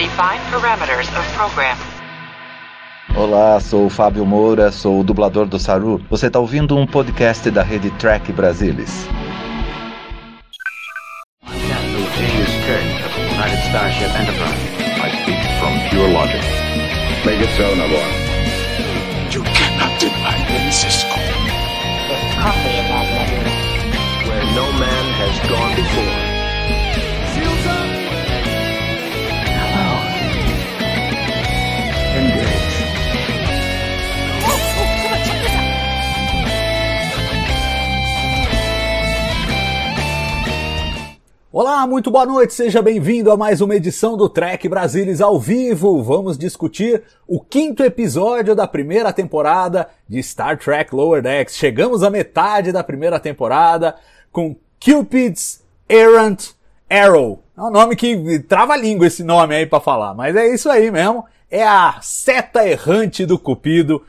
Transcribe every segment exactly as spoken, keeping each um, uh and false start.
Define parameters of program. Olá, sou o Fábio Moura, sou o dublador do Saru. Você está ouvindo um podcast da rede Trek Brasilis. United Starship Enterprise. I speak from pure logic. Make it so, Nabor. You cannot deny me, Cisco. There's coffee in that nebula. Where no man has gone before. Shields up! Hello. Engage. Oh, oh, come on, check this out. Olá, muito boa noite, seja bem-vindo a mais uma edição do Trek Brasilis ao vivo. Vamos discutir o quinto episódio da primeira temporada de Star Trek Lower Decks. Chegamos à metade da primeira temporada com Cupid's Errant Arrow. É um nome que trava a língua esse nome aí pra falar, mas é isso aí mesmo. É a seta errante do Cupido.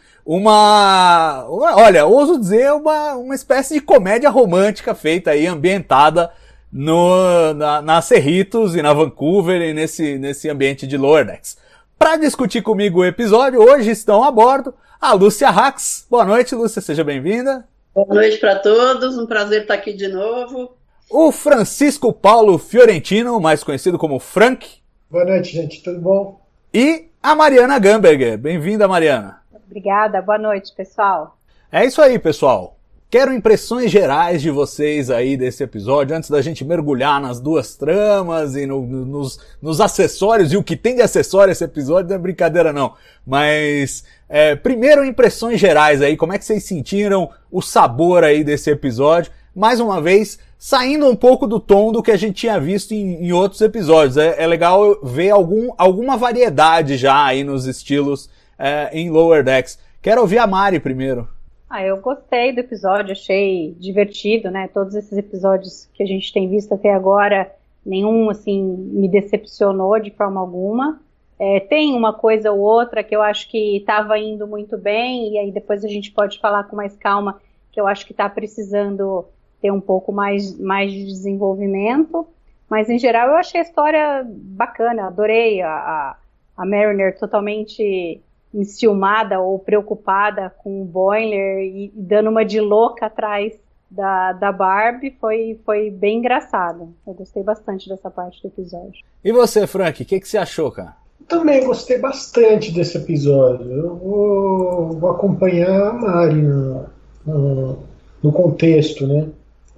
Uma, olha, ouso dizer, uma, uma espécie de comédia romântica feita aí, ambientada No, na, na Cerritos e na Vancouver e nesse, nesse ambiente de Lower Decks. Para discutir comigo o episódio, hoje estão a bordo a Lúcia Hax. Boa noite, Lúcia, seja bem-vinda. Boa noite para todos, um prazer estar aqui de novo. O Francisco Paulo Fiorentino, mais conhecido como Frank. Boa noite, gente, tudo bom? E a Mariana Gamberger. Bem-vinda, Mariana. Obrigada, boa noite, pessoal. É isso aí, pessoal. Quero impressões gerais de vocês aí desse episódio, antes da gente mergulhar nas duas tramas e no, no, nos, nos acessórios, e o que tem de acessório esse episódio não é brincadeira não. Mas, é, primeiro impressões gerais aí, como é que vocês sentiram o sabor aí desse episódio? Mais uma vez, saindo um pouco do tom do que a gente tinha visto em, em outros episódios. É, é legal ver algum, alguma variedade já aí nos estilos é, em Lower Decks. Quero ouvir a Mari primeiro. Ah, eu gostei do episódio, achei divertido, né? Todos esses episódios que a gente tem visto até agora, nenhum, assim, me decepcionou de forma alguma. É, tem uma coisa ou outra que eu acho que estava indo muito bem, e aí depois a gente pode falar com mais calma, que eu acho que está precisando ter um pouco mais, mais de desenvolvimento. Mas, em geral, eu achei a história bacana, adorei a, a, a Mariner totalmente enciumada ou preocupada com o Boimler e dando uma de louca atrás da, da Barbie, foi, foi bem engraçado. Eu gostei bastante dessa parte do episódio. E você, Frank, o que, que você achou, cara? Também gostei bastante desse episódio. Eu vou, vou acompanhar a Mari no, no, no contexto, né?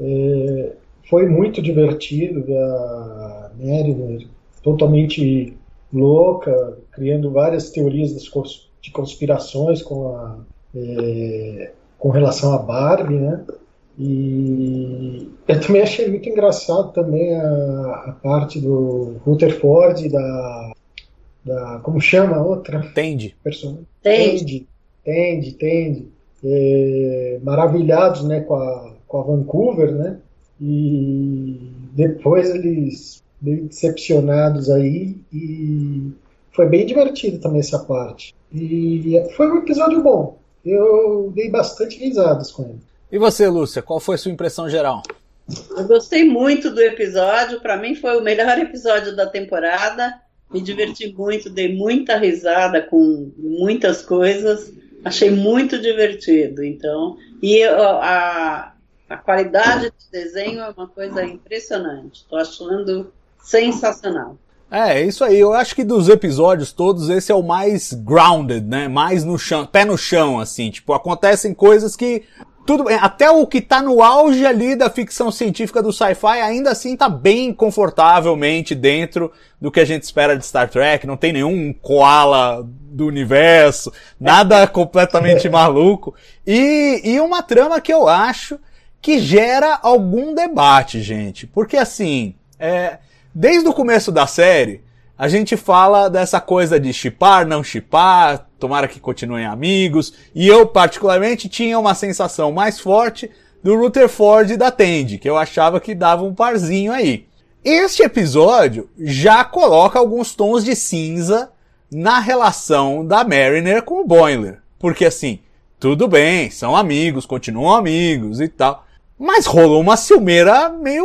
É, foi muito divertido ver a Mary totalmente louca, criando várias teorias de conspirações com, a, é, com relação a Barbie, né? E eu também achei muito engraçado também a, a parte do Rutherford, da, da como chama a outra? Tendi. Tendi, Tendi, Tendi. É, maravilhados, né, com a, com a Vancouver, né? E depois eles bem decepcionados aí, e foi bem divertido também essa parte. E foi um episódio bom. Eu dei bastante risadas com ele. E você, Lúcia, qual foi a sua impressão geral? Eu gostei muito do episódio, para mim foi o melhor episódio da temporada. Me diverti muito, dei muita risada com muitas coisas. Achei muito divertido, então. E a, a qualidade do desenho é uma coisa impressionante. Estou achando sensacional. É, isso aí. Eu acho que dos episódios todos, esse é o mais grounded, né? Mais no chão, pé no chão, assim. Tipo, acontecem coisas que tudo bem, até o que tá no auge ali da ficção científica do sci-fi, ainda assim tá bem confortavelmente dentro do que a gente espera de Star Trek. Não tem nenhum koala do universo, nada completamente maluco. E, e uma trama que eu acho que gera algum debate, gente. Porque assim, é... desde o começo da série, a gente fala dessa coisa de shippar, não shippar, tomara que continuem amigos, e eu particularmente tinha uma sensação mais forte do Rutherford e da Tendi, que eu achava que dava um parzinho aí. Este episódio já coloca alguns tons de cinza na relação da Mariner com o Boimler, porque assim, tudo bem, são amigos, continuam amigos e tal, mas rolou uma ciumeira meio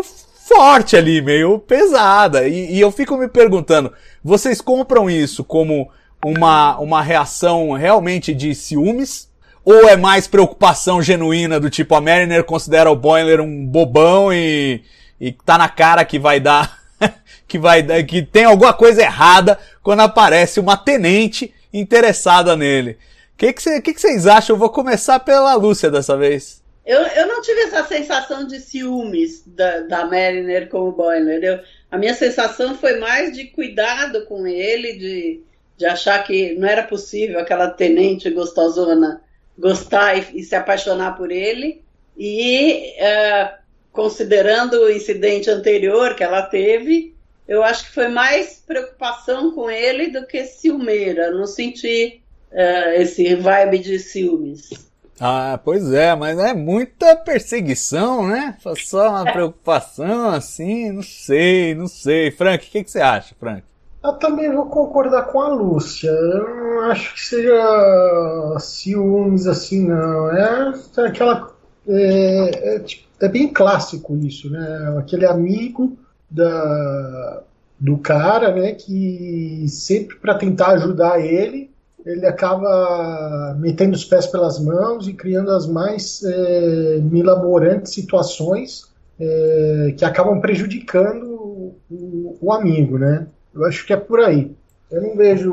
forte ali, meio pesada. E, e eu fico me perguntando, vocês compram isso como uma, uma reação realmente de ciúmes? Ou é mais preocupação genuína do tipo, a Mariner considera o Boimler um bobão e, e tá na cara que vai dar, que vai dar, que tem alguma coisa errada quando aparece uma tenente interessada nele. O que, que, cê, que, que vocês acham? Eu vou começar pela Lúcia dessa vez. Eu, eu não tive essa sensação de ciúmes da, da Mariner com o Boimler. Eu, a minha sensação foi mais de cuidado com ele, de, de achar que não era possível aquela tenente gostosona gostar e, e se apaixonar por ele. E, uh, considerando o incidente anterior que ela teve, eu acho que foi mais preocupação com ele do que ciumeira. Não senti uh, esse vibe de ciúmes. Ah, pois é, mas é muita perseguição, né? Só uma preocupação assim, não sei, não sei. Frank, o que, que você acha, Frank? Eu também vou concordar com a Lúcia. Eu não acho que seja ciúmes assim, não. É aquela... É, é, é bem clássico isso, né? Aquele amigo da, do cara, né? Que sempre para tentar ajudar ele, ele acaba metendo os pés pelas mãos e criando as mais é, milaborantes situações é, que acabam prejudicando o, o amigo, né? Eu acho que é por aí. Eu não vejo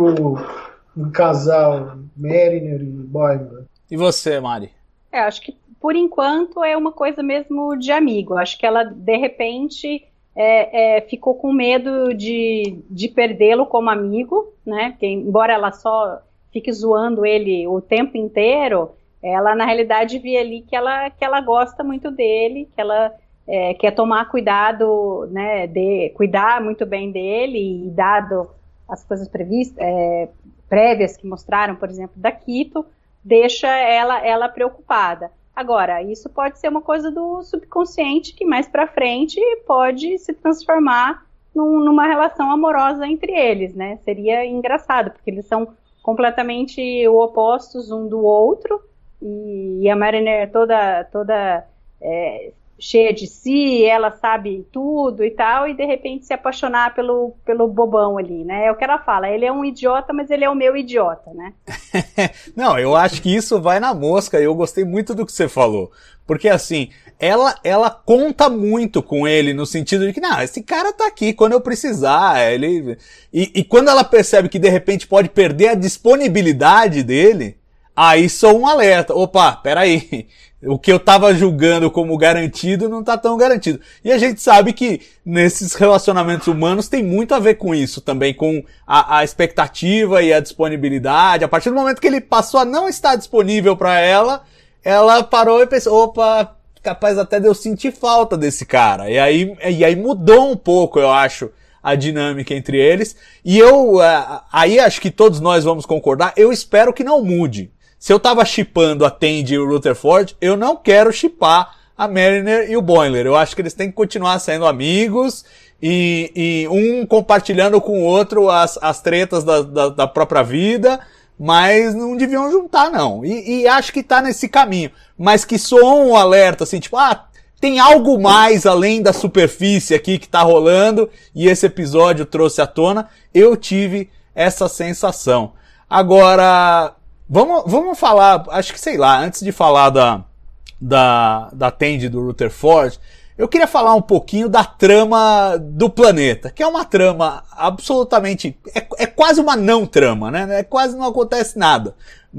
um casal Mariner e Boimler. E você, Mari? É, acho que por enquanto é uma coisa mesmo de amigo. Acho que ela, de repente, é, é, ficou com medo de, de perdê-lo como amigo, né? Porque, embora ela só fique zoando ele o tempo inteiro, ela, na realidade, vê ali que ela, que ela gosta muito dele, que ela é, quer tomar cuidado, né? De, cuidar muito bem dele, e dado as coisas previstas, é, prévias que mostraram, por exemplo, da Quito, deixa ela, ela preocupada. Agora, isso pode ser uma coisa do subconsciente que mais pra frente pode se transformar num, numa relação amorosa entre eles, né? Seria engraçado, porque eles são completamente opostos um do outro, e, e a Mariner toda, toda é, cheia de si, ela sabe tudo e tal, e de repente se apaixonar pelo, pelo bobão ali, né? É o que ela fala, ele é um idiota, mas ele é o meu idiota, né? Não, eu acho que isso vai na mosca, e eu gostei muito do que você falou, porque assim, ela, ela conta muito com ele, no sentido de que, não, esse cara tá aqui quando eu precisar, ele... E, e quando ela percebe que de repente pode perder a disponibilidade dele, aí só um alerta, opa, peraí, o que eu tava julgando como garantido não tá tão garantido. E a gente sabe que nesses relacionamentos humanos tem muito a ver com isso também, com a, a expectativa e a disponibilidade. A partir do momento que ele passou a não estar disponível para ela, ela parou e pensou, opa, capaz até de eu sentir falta desse cara. E aí, e aí mudou um pouco, eu acho, a dinâmica entre eles. E eu, aí acho que todos nós vamos concordar, eu espero que não mude. Se eu tava shippando a Tendi e o Rutherford, eu não quero shippar a Mariner e o Boimler. Eu acho que eles têm que continuar sendo amigos e, e um compartilhando com o outro as, as tretas da, da, da própria vida, mas não deviam juntar, não. E, e acho que tá nesse caminho. Mas que soa um alerta, assim, tipo, ah, tem algo mais além da superfície aqui que tá rolando e esse episódio trouxe à tona. Eu tive essa sensação. Agora... Vamos, vamos falar, acho que sei lá, antes de falar da, da, da Tendi do Rutherford, eu queria falar um pouquinho da trama do planeta, que é uma trama absolutamente, é, é quase uma não trama, né? É quase não acontece nada.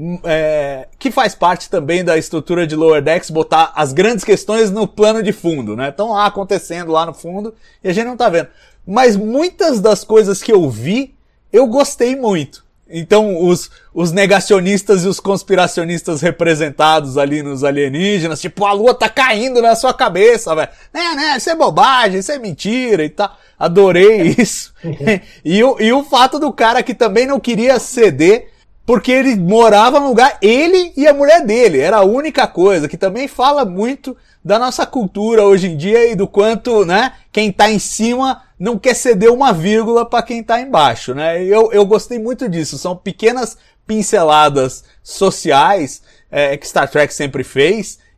É, que faz parte também da estrutura de Lower Decks, botar as grandes questões no plano de fundo, né? Estão lá acontecendo lá no fundo e a gente não tá vendo. Mas muitas das coisas que eu vi, eu gostei muito. Então, os, os negacionistas e os conspiracionistas representados ali nos alienígenas, tipo, a lua tá caindo na sua cabeça, velho. Né, né, isso é bobagem, isso é mentira e tal. Adorei isso. e, o, e o fato do cara que também não queria ceder, porque ele morava no lugar, ele e a mulher dele. Era a única coisa, que também fala muito da nossa cultura hoje em dia e do quanto, né, quem tá em cima não quer ceder uma vírgula para quem tá embaixo, né? Eu, eu gostei muito disso. São pequenas pinceladas sociais é, que Star Trek sempre fez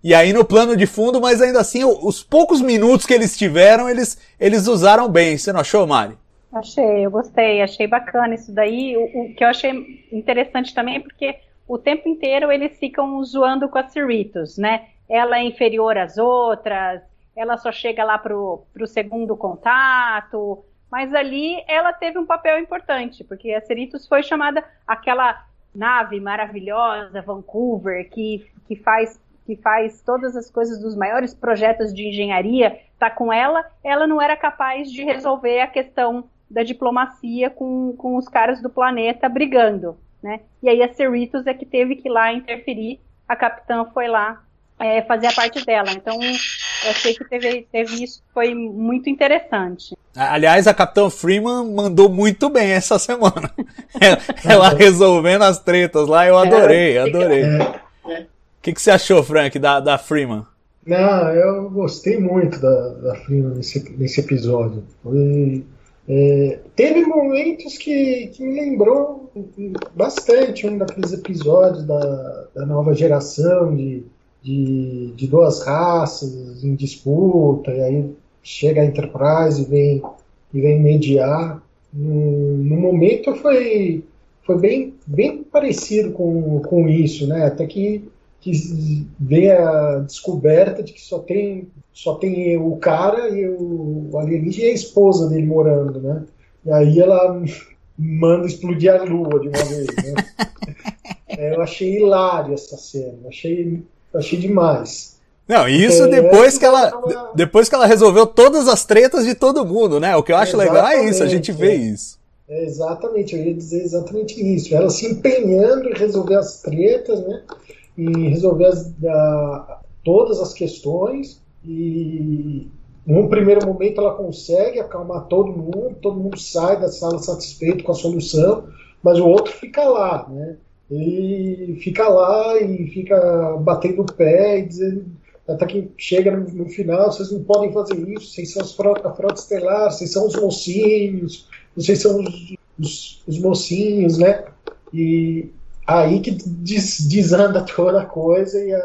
e aí no plano de fundo, mas ainda assim, os poucos minutos que eles tiveram, eles, eles usaram bem. Você não achou, Mari? Achei, eu gostei, achei bacana isso daí. O, o que eu achei interessante também é porque o tempo inteiro eles ficam zoando com a Cerritos, né? Ela é inferior às outras, ela só chega lá pro, pro segundo contato, mas ali ela teve um papel importante, porque a Cerritos foi chamada aquela nave maravilhosa, Vancouver, que, que, faz, que faz todas as coisas dos maiores projetos de engenharia, tá com ela, ela não era capaz de resolver a questão da diplomacia com, com os caras do planeta brigando, né? E aí a Cerritos é que teve que ir lá interferir, a capitã foi lá é, fazer a parte dela. Então, eu achei que teve, teve isso, foi muito interessante. Aliás, a Capitã Freeman mandou muito bem essa semana. Ela resolvendo as tretas lá, eu adorei, adorei. O que, que você achou, Frank, da, da Freeman? Não, eu gostei muito da, da Freeman nesse, nesse episódio. Foi... É, teve momentos que, que me lembrou bastante um daqueles episódios da, da nova geração de, de, de duas raças em disputa, e aí chega a Enterprise e vem, e vem mediar. No, no momento foi, foi bem, bem parecido com, com isso, né? Até que, que vem a descoberta de que só tem só tem o cara e o alienígena e a esposa dele morando, né? E aí ela manda explodir a lua de uma vez, né? É, eu achei hilário essa cena, achei, achei demais. Não, isso é, depois, que ela, ela... depois que ela resolveu todas as tretas de todo mundo, né? O que eu acho exatamente, legal é isso, a gente vê é. isso. É, exatamente, eu ia dizer exatamente isso. Ela se empenhando em resolver as tretas, né? Em resolver as, a, todas as questões. E num primeiro momento ela consegue acalmar todo mundo, todo mundo sai da sala satisfeito com a solução, mas o outro fica lá, né? Ele fica lá e fica batendo o pé e dizendo, até que chega no, no final, vocês não podem fazer isso, vocês são frota, a frota estelar, vocês são os mocinhos, vocês são os, os, os mocinhos, né? E aí que des, desanda toda a coisa e a,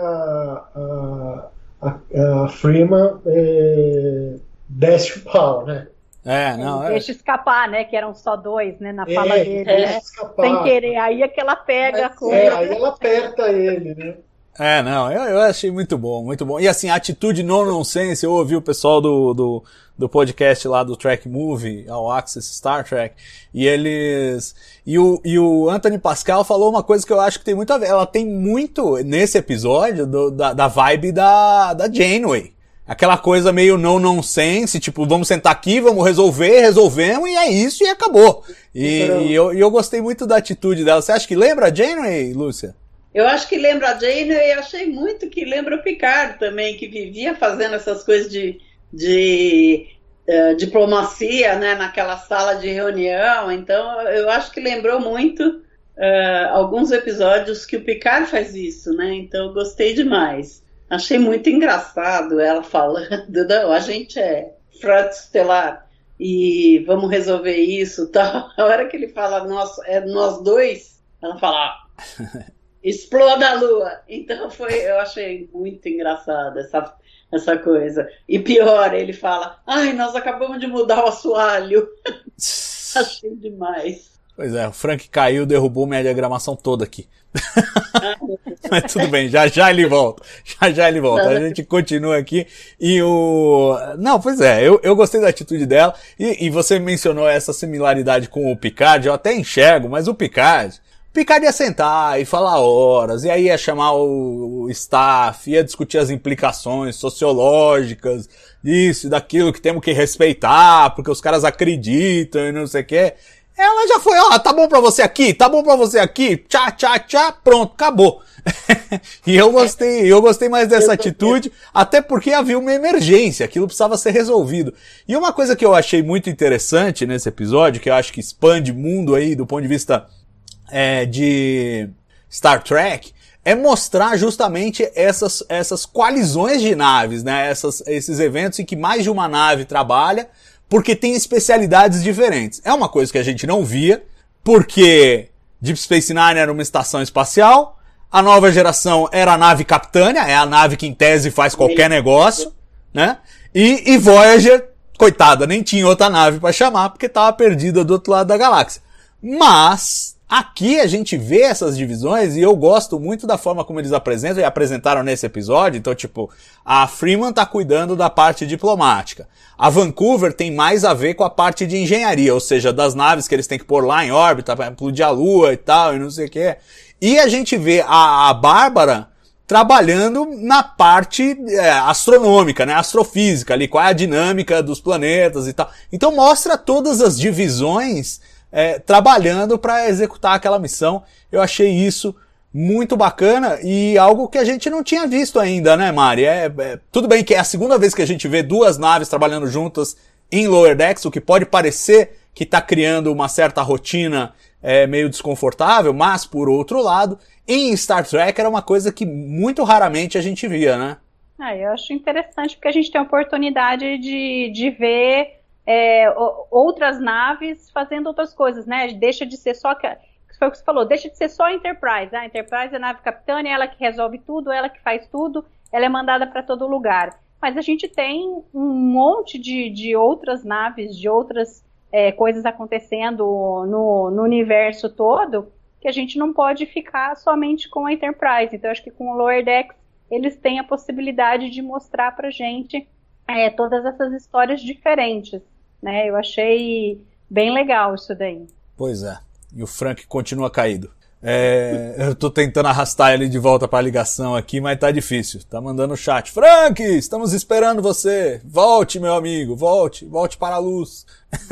a A, a Freeman é, desce o pau, né? É, não, é. Deixa escapar, né? Que eram só dois, né? Na fala é, dele, né? Escapar. Sem querer. Aí é que ela pega a coisa. É, aí ela aperta ele, né? É, não, eu, eu achei muito bom, muito bom. E assim, a atitude no nonsense, eu ouvi o pessoal do, do, do podcast lá do Trek Movie, All Access Star Trek, e eles, e o, e o Anthony Pascal falou uma coisa que eu acho que tem muito a ver, ela tem muito, nesse episódio, do, da, da vibe da, da Janeway. Aquela coisa meio no nonsense, tipo, vamos sentar aqui, vamos resolver, resolvemos, e é isso, e acabou. E, e, eu, e eu gostei muito da atitude dela. Você acha que lembra a Janeway, Lúcia? Eu acho que lembra a Jane e achei muito que lembra o Picard também, que vivia fazendo essas coisas de, de uh, diplomacia, né, naquela sala de reunião. Então, eu acho que lembrou muito uh, alguns episódios que o Picard faz isso, né? Então, eu gostei demais. Achei muito engraçado ela falando, não, a gente é frota estelar e vamos resolver isso, tal. A hora que ele fala, nós, é nós dois, ela fala... Exploda a lua. Então foi, eu achei muito engraçado essa, essa coisa. E pior, ele fala, ai, nós acabamos de mudar o assoalho. Achei demais. Pois é, o Frank caiu, derrubou minha diagramação toda aqui. Mas tudo bem, já já ele volta. Já já ele volta. A gente continua aqui. E o... Não, pois é, eu, eu gostei da atitude dela. E, e você mencionou essa similaridade com o Picard, eu até enxergo, mas o Picard... Picard ia sentar e falar horas, e aí ia chamar o, o staff, ia discutir as implicações sociológicas, disso e daquilo que temos que respeitar, porque os caras acreditam e não sei o que. Ela já foi, ó, tá bom pra você aqui, tá bom pra você aqui, tchá, tchá, tchá, pronto, acabou. E eu gostei, eu gostei mais dessa atitude, até porque havia uma emergência, aquilo precisava ser resolvido. E uma coisa que eu achei muito interessante nesse episódio, que eu acho que expande mundo aí do ponto de vista É, de Star Trek, é mostrar justamente essas, essas coalizões de naves, né? Essas, esses eventos em que mais de uma nave trabalha, porque tem especialidades diferentes. É uma coisa que a gente não via, porque Deep Space Nine era uma estação espacial, A nova geração era a nave Capitânia, é a nave que em tese faz qualquer negócio, né? E, e Voyager, coitada, nem tinha outra nave para chamar, porque estava perdida do outro lado da galáxia. Mas aqui a gente vê essas divisões e eu gosto muito da forma como eles apresentam e apresentaram nesse episódio. Então, tipo, a Freeman tá cuidando da parte diplomática. A Vancouver tem mais a ver com a parte de engenharia, ou seja, das naves que eles têm que pôr lá em órbita para implodir a Lua e tal, e não sei o que. E a gente vê a, a Bárbara trabalhando na parte é, astronômica, né, astrofísica ali, qual é a dinâmica dos planetas e tal. Então mostra todas as divisões É, trabalhando para executar aquela missão. Eu achei isso muito bacana e algo que a gente não tinha visto ainda, né, Mari? É, é, tudo bem que é a segunda vez que a gente vê duas naves trabalhando juntas em Lower Decks, o que pode parecer que está criando uma certa rotina é, meio desconfortável, mas, por outro lado, em Star Trek era uma coisa que muito raramente a gente via, né? Ah, eu acho interessante porque a gente tem a oportunidade de, de ver É, outras naves fazendo outras coisas, né? Deixa de ser só que foi o que você falou, deixa de ser só a Enterprise. A Enterprise é a nave capitã, ela que resolve tudo, ela que faz tudo, ela é mandada para todo lugar. Mas a gente tem um monte de, de outras naves, de outras é, coisas acontecendo no, no universo todo, que a gente não pode ficar somente com a Enterprise. Então, acho que com o Lower Decks eles têm a possibilidade de mostrar pra gente é, todas essas histórias diferentes. Né, eu achei bem legal isso daí. Pois é, e o Frank continua caído. É, eu tô tentando arrastar ele de volta para a ligação aqui, mas tá difícil. Tá mandando chat. Frank, estamos esperando você. Volte, meu amigo, volte, volte para a luz.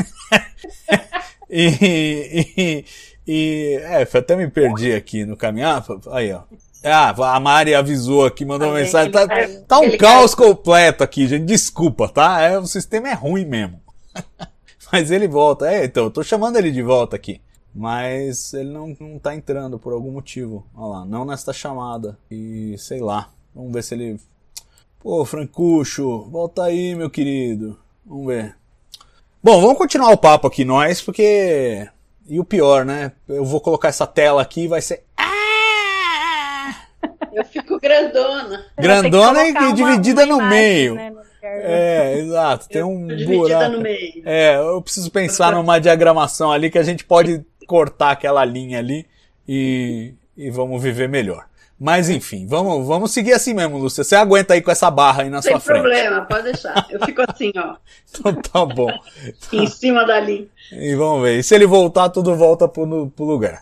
e, e, e é, até me perdi aqui no caminhar. Aí, ó. Ah, a Mari avisou aqui, mandou uma mensagem. Tá, tá um caos completo aqui, gente. Desculpa, tá? É, o sistema é ruim mesmo. Mas ele volta. É, então, eu tô chamando ele de volta aqui. Mas ele não, não tá entrando por algum motivo. Olha lá, não nesta chamada. E sei lá. Vamos ver se ele... Pô, Francucho, volta aí, meu querido. Vamos ver. Bom, vamos continuar o papo aqui nós, porque... E o pior, né? Eu vou colocar essa tela aqui e vai ser... Eu fico grandona. Grandona e dividida uma, uma no meio. Né, no é, exato. Tem um buraco. No meio. É, eu preciso pensar numa diagramação ali que a gente pode cortar aquela linha ali e, e vamos viver melhor. Mas enfim, vamos, vamos seguir assim mesmo, Lúcia. Você aguenta aí com essa barra aí na Sem sua frente. Sem problema, pode deixar. Eu fico assim, ó. Então tá bom. Em cima da linha. E vamos ver. E se ele voltar, tudo volta pro, pro lugar.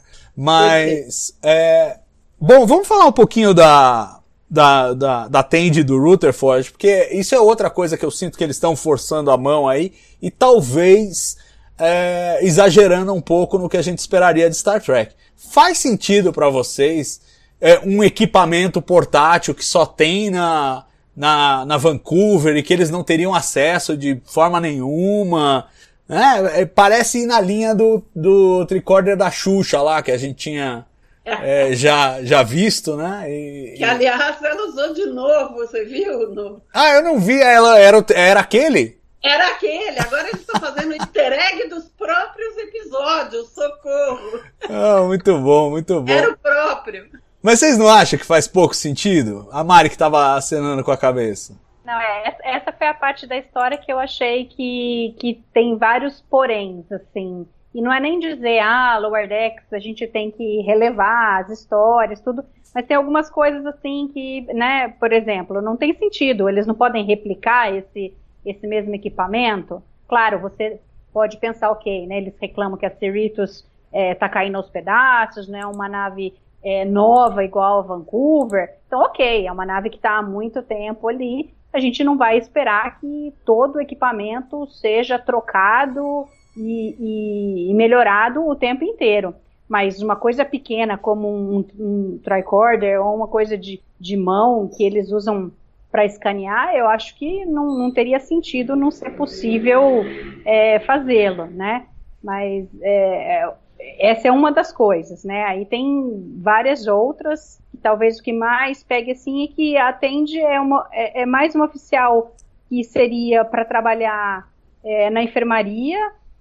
Mas, é... Bom, vamos falar um pouquinho da, da, da, da Tandy do Rutherford, porque isso é outra coisa que eu sinto que eles estão forçando a mão aí, e talvez é, exagerando um pouco no que a gente esperaria de Star Trek. Faz sentido para vocês é, um equipamento portátil que só tem na, na, na Vancouver e que eles não teriam acesso de forma nenhuma? É, é, parece ir na linha do, do tricorder da Xuxa lá, que a gente tinha... É, já, já visto, né? E, que, aliás, ela usou de novo, você viu? No... Ah, eu não vi, ela era, era aquele? Era aquele, agora eles estão fazendo easter egg dos próprios episódios, socorro! Ah, muito bom, muito bom. Era o próprio. Mas vocês não acham que faz pouco sentido? A Mari que estava acenando com a cabeça. Não, é, essa foi a parte da história que eu achei que, que tem vários poréns, assim... E não é nem dizer, ah, Lower Decks, a gente tem que relevar as histórias, tudo. Mas tem algumas coisas assim que, né, por exemplo, não tem sentido. Eles não podem replicar esse, esse mesmo equipamento. Claro, você pode pensar, ok, né, eles reclamam que a Cerritos é, tá caindo aos pedaços, né, uma nave é, nova igual a Vancouver. Então, ok, é uma nave que está há muito tempo ali. A gente não vai esperar que todo o equipamento seja trocado... E, e, e melhorado o tempo inteiro. Mas uma coisa pequena como um, um tricorder ou uma coisa de, de mão que eles usam para escanear, eu acho que não, não teria sentido não ser possível é, fazê-lo, né? Mas é, essa é uma das coisas, né? Aí tem várias outras, que talvez o que mais pegue assim é que a Tandy é, uma, é, é mais uma oficial que seria para trabalhar é, na enfermaria.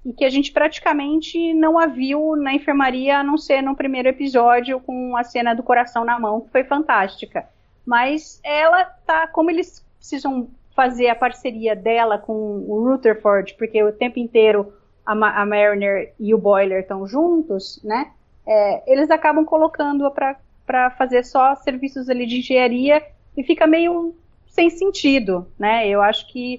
e que a gente praticamente não a viu na enfermaria, a não ser no primeiro episódio com a cena do coração na mão, que foi fantástica. Mas ela tá, como eles precisam fazer a parceria dela com o Rutherford, porque o tempo inteiro a, Ma- a Mariner e o Boiler estão juntos, né? É, eles acabam colocando-a para fazer só serviços ali de engenharia e fica meio sem sentido, né? Eu acho que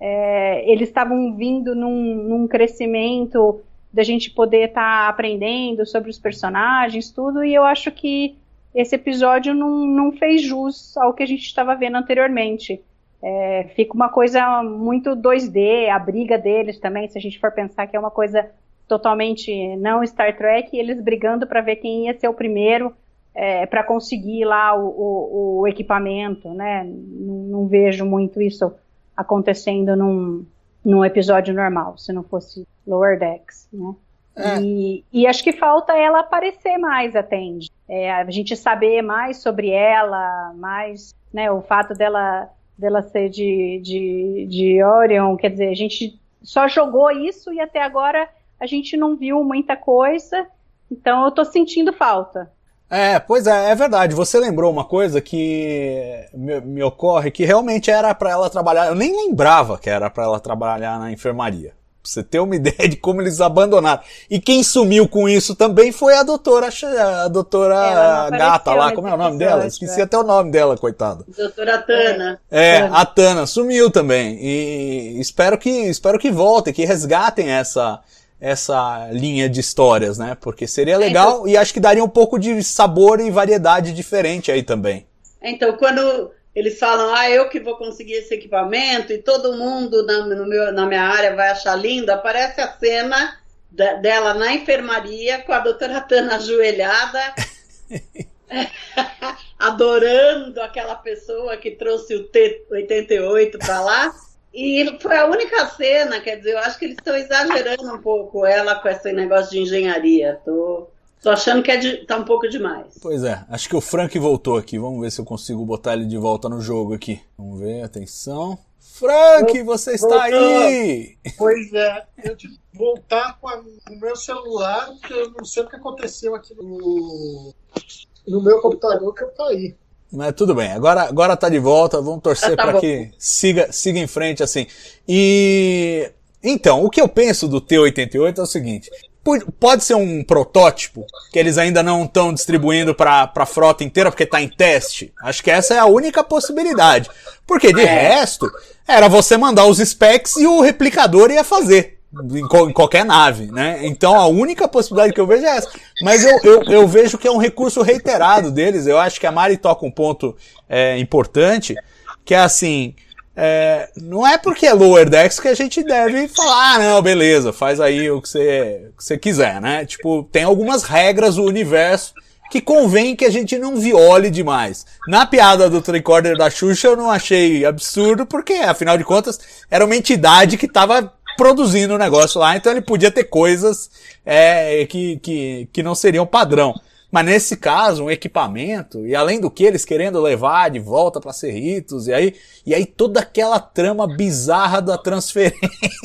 é, eles estavam vindo num, num crescimento da gente poder estar tá aprendendo sobre os personagens, tudo, e eu acho que esse episódio não, não fez jus ao que a gente estava vendo anteriormente. É, fica uma coisa muito dois D, a briga deles também, se a gente for pensar que é uma coisa totalmente não Star Trek, eles brigando para ver quem ia ser o primeiro é, para conseguir lá o, o, o equipamento, né? Não, não vejo muito isso acontecendo num, num episódio normal, se não fosse Lower Decks, né? É. E, e acho que falta ela aparecer mais, atende. É, a gente saber mais sobre ela, mais, né, o fato dela, dela ser de, de, de Orion, quer dizer, a gente só jogou isso e até agora a gente não viu muita coisa, então eu tô sentindo falta. É, pois é, é verdade. Você lembrou uma coisa que me, me ocorre, que realmente era pra ela trabalhar, eu nem lembrava que era pra ela trabalhar na enfermaria. Pra você ter uma ideia de como eles abandonaram. E quem sumiu com isso também foi a doutora, a doutora gata lá, como é o nome dela? Esqueci até o nome dela, coitada. Doutora Tana. É, Tana. A Tana sumiu também. E espero que, espero que voltem, que resgatem essa, essa linha de histórias, né? Porque seria legal, então, e acho que daria um pouco de sabor e variedade diferente aí também. Então, quando eles falam, ah, eu que vou conseguir esse equipamento e todo mundo na, no meu, na minha área vai achar lindo, aparece a cena da, dela na enfermaria com a doutora Tana ajoelhada, adorando aquela pessoa que trouxe o T oitenta e oito para lá. E foi a única cena, quer dizer, eu acho que eles estão exagerando um pouco ela com esse negócio de engenharia. Tô... Tô achando que é de, tá um pouco demais. Pois é, acho que o Frank voltou aqui. Vamos ver se eu consigo botar ele de volta no jogo aqui. Vamos ver, atenção. Frank, você está aí! Pois é, eu tive que voltar com a, o meu celular, porque eu não sei o que aconteceu aqui no, no meu computador, que eu caí. Mas tudo bem, agora, agora tá de volta, vamos torcer ah, tá para que siga, siga em frente assim. E então, o que eu penso do T oitenta e oito é o seguinte: pode ser um protótipo que eles ainda não estão distribuindo para a frota inteira porque está em teste. Acho que essa é a única possibilidade. Porque de resto, era você mandar os specs e o replicador ia fazer em, co- em qualquer nave, né? Então a única possibilidade que eu vejo é essa. Mas eu, eu, eu vejo que é um recurso reiterado deles. Eu acho que a Mari toca um ponto é, importante, que é assim... É, não é porque é Lower Decks que a gente deve falar, ah, não, beleza, faz aí o que você, que você quiser, né? Tipo, tem algumas regras do universo que convém que a gente não viole demais. Na piada do tricorder da Xuxa eu não achei absurdo, porque, afinal de contas, era uma entidade que estava produzindo o negócio lá, então ele podia ter coisas é, que, que, que não seriam padrão. Mas nesse caso, um equipamento, e além do que, eles querendo levar de volta para Cerritos, e aí, e aí toda aquela trama bizarra da transferência.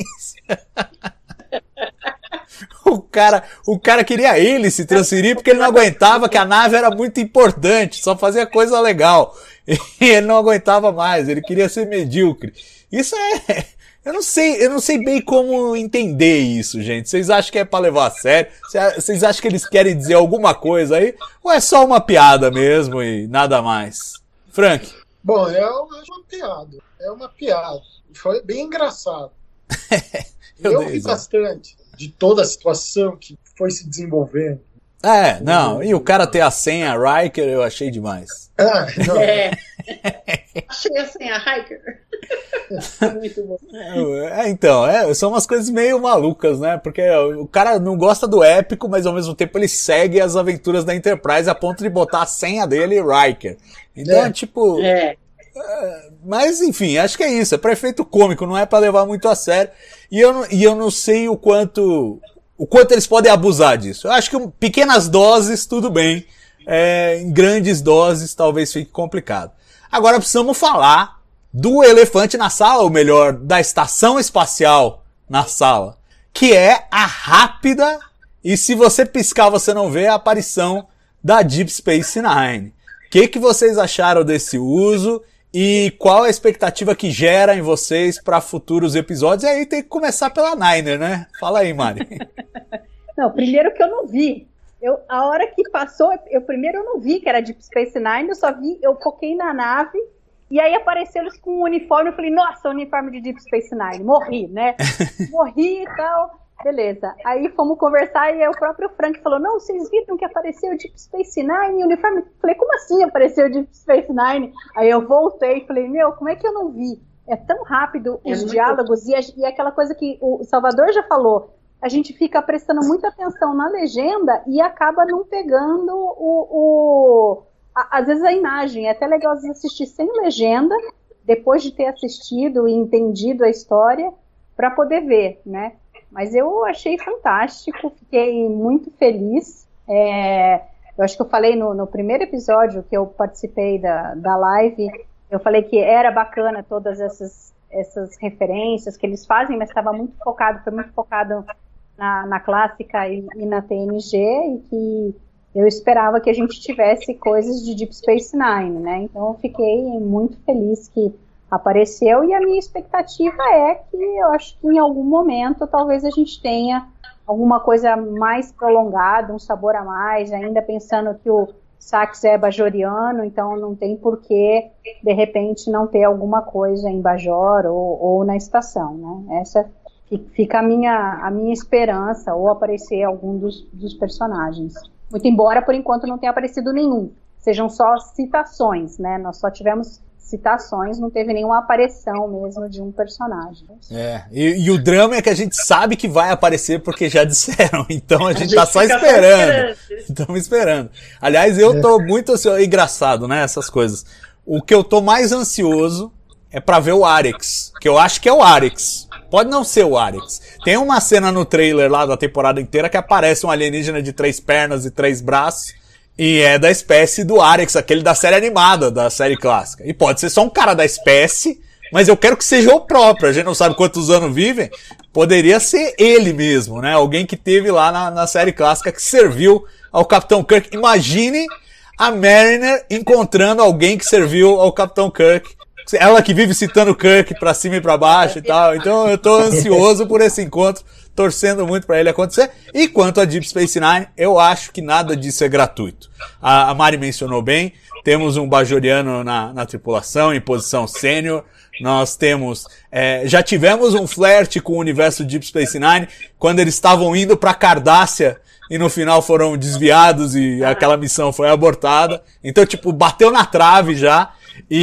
o, cara, o cara queria ele se transferir porque ele não aguentava, que a nave era muito importante, só fazia coisa legal. E ele não aguentava mais, ele queria ser medíocre. Isso é... Eu não sei, eu não sei bem como entender isso, gente. Vocês acham que é pra levar a sério? Vocês acham que eles querem dizer alguma coisa aí? Ou é só uma piada mesmo e nada mais? Frank? Bom, é uma piada. É uma piada. Foi bem engraçado. eu eu ri bastante de toda a situação que foi se desenvolvendo. É, não, e o cara ter a senha Riker eu achei demais. Ah, não. É. Achei a senha Riker. Muito bom. É, então, é, são umas coisas meio malucas, né? Porque o cara não gosta do épico, mas ao mesmo tempo ele segue as aventuras da Enterprise a ponto de botar a senha dele Riker. Então, é. tipo... É. É, mas, enfim, acho que é isso. É pra efeito cômico, não é pra levar muito a sério. E eu não, e eu não sei o quanto... O quanto eles podem abusar disso. Eu acho que pequenas doses, tudo bem. É, em grandes doses, talvez fique complicado. Agora precisamos falar do elefante na sala, ou melhor, da estação espacial na sala. que é a rápida, e se você piscar você não vê, a aparição da Deep Space Nine. O que, que vocês acharam desse uso e qual a expectativa que gera em vocês para futuros episódios? E aí tem que começar pela Niner, né? Fala aí, Mari. Não, primeiro que eu não vi. Eu, a hora que passou, eu primeiro eu não vi que era Deep Space Nine, eu só vi, eu foquei na nave, e aí apareceram eles com um uniforme, eu falei, nossa, uniforme de Deep Space Nine, morri, né? Morri e tal, beleza. Aí fomos conversar e aí o próprio Frank falou, não, vocês viram que apareceu Deep Space Nine e o uniforme? Eu falei, como assim apareceu Deep Space Nine? Aí eu voltei e falei, meu, como é que eu não vi? É tão rápido os é muito... diálogos, e, a, e aquela coisa que o Salvador já falou, a gente fica prestando muita atenção na legenda e acaba não pegando o, o a, às vezes a imagem. É até legal assistir sem legenda, depois de ter assistido e entendido a história, para poder ver, né? Mas eu achei fantástico, fiquei muito feliz. É, eu acho que eu falei no, no primeiro episódio que eu participei da, da live, eu falei que era bacana todas essas, essas referências que eles fazem, mas estava muito focado, foi muito focado Na, na clássica e, e na T N G, e que eu esperava que a gente tivesse coisas de Deep Space Nine, né? Então eu fiquei muito feliz que apareceu, e a minha expectativa é que eu acho que em algum momento talvez a gente tenha alguma coisa mais prolongada, um sabor a mais, ainda pensando que o Sax é bajoriano, então não tem porquê, de repente, não ter alguma coisa em Bajor ou, ou na estação, né? Essa fica a minha, a minha esperança, ou aparecer algum dos, dos personagens. Muito embora, por enquanto, não tenha aparecido nenhum. Sejam só citações, né? Nós só tivemos citações, não teve nenhuma aparição mesmo de um personagem. É, e, e o drama é que a gente sabe que vai aparecer porque já disseram, então a gente, a gente tá só esperando. Estamos esperando. Aliás, eu tô muito ansioso, engraçado, né, essas coisas. O que eu tô mais ansioso é pra ver o Arex, que eu acho que é o Arex. Pode não ser o Arex. Tem uma cena no trailer lá da temporada inteira que aparece um alienígena de três pernas e três braços, e é da espécie do Arex, aquele da série animada, da série clássica. E pode ser só um cara da espécie, mas eu quero que seja o próprio. A gente não sabe quantos anos vivem. Poderia ser ele mesmo, né? Alguém que teve lá na, na série clássica, que serviu ao Capitão Kirk. Imagine a Mariner encontrando alguém que serviu ao Capitão Kirk. Ela que vive citando Kirk pra cima e pra baixo e tal. Então eu tô ansioso por esse encontro, torcendo muito pra ele acontecer. E quanto a Deep Space Nine, eu acho que nada disso é gratuito. A, a Mari mencionou bem, temos um bajoriano na, na tripulação, em posição sênior. Nós temos, é, já tivemos um flerte com o universo Deep Space Nine, quando eles estavam indo pra Cardácia, e no final foram desviados e aquela missão foi abortada. Então, tipo, bateu na trave já.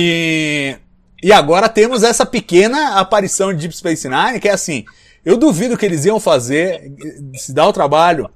E... E agora temos essa pequena aparição de Deep Space Nine, que é assim, eu duvido que eles iam fazer, se dar o trabalho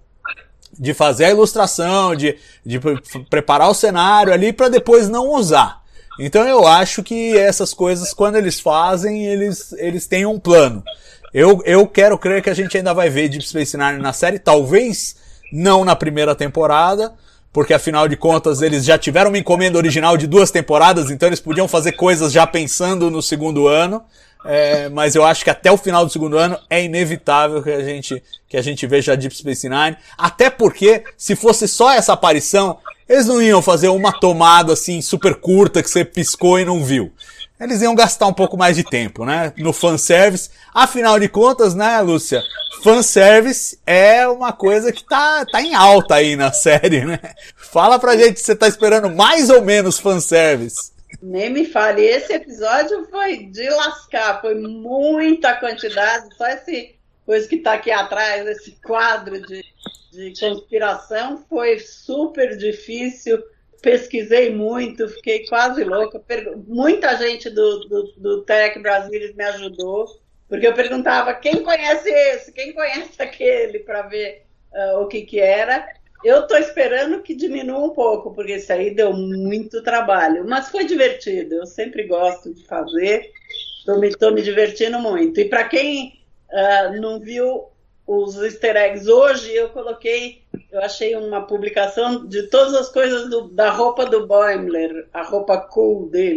de fazer a ilustração, de, de preparar o cenário ali para depois não usar. Então eu acho que essas coisas, quando eles fazem, eles, eles têm um plano. Eu, eu quero crer que a gente ainda vai ver Deep Space Nine na série, talvez não na primeira temporada, porque afinal de contas eles já tiveram uma encomenda original de duas temporadas, então eles podiam fazer coisas já pensando no segundo ano, é, mas eu acho que até o final do segundo ano é inevitável que a gente, que a gente veja a Deep Space Nine, até porque se fosse só essa aparição, eles não iam fazer uma tomada assim super curta que você piscou e não viu. Eles iam gastar um pouco mais de tempo, né? No fanservice. Afinal de contas, né, Lúcia? Fanservice é uma coisa que tá, tá em alta aí na série, né? Fala pra gente se você tá esperando mais ou menos fanservice. Nem me fale, esse episódio foi de lascar, foi muita quantidade, só esse coisa que tá aqui atrás, esse quadro de, de conspiração, foi super difícil. Pesquisei muito, fiquei quase louca. Muita gente do, do, do Tech Brasilis me ajudou, porque eu perguntava quem conhece esse, quem conhece aquele, para ver uh, o que que era. Eu estou esperando que diminua um pouco, porque isso aí deu muito trabalho. Mas foi divertido, eu sempre gosto de fazer, estou me, tô me divertindo muito. E para quem uh, não viu os easter eggs hoje, eu coloquei, eu achei uma publicação de todas as coisas do, da roupa do Boimler, a roupa cool dele.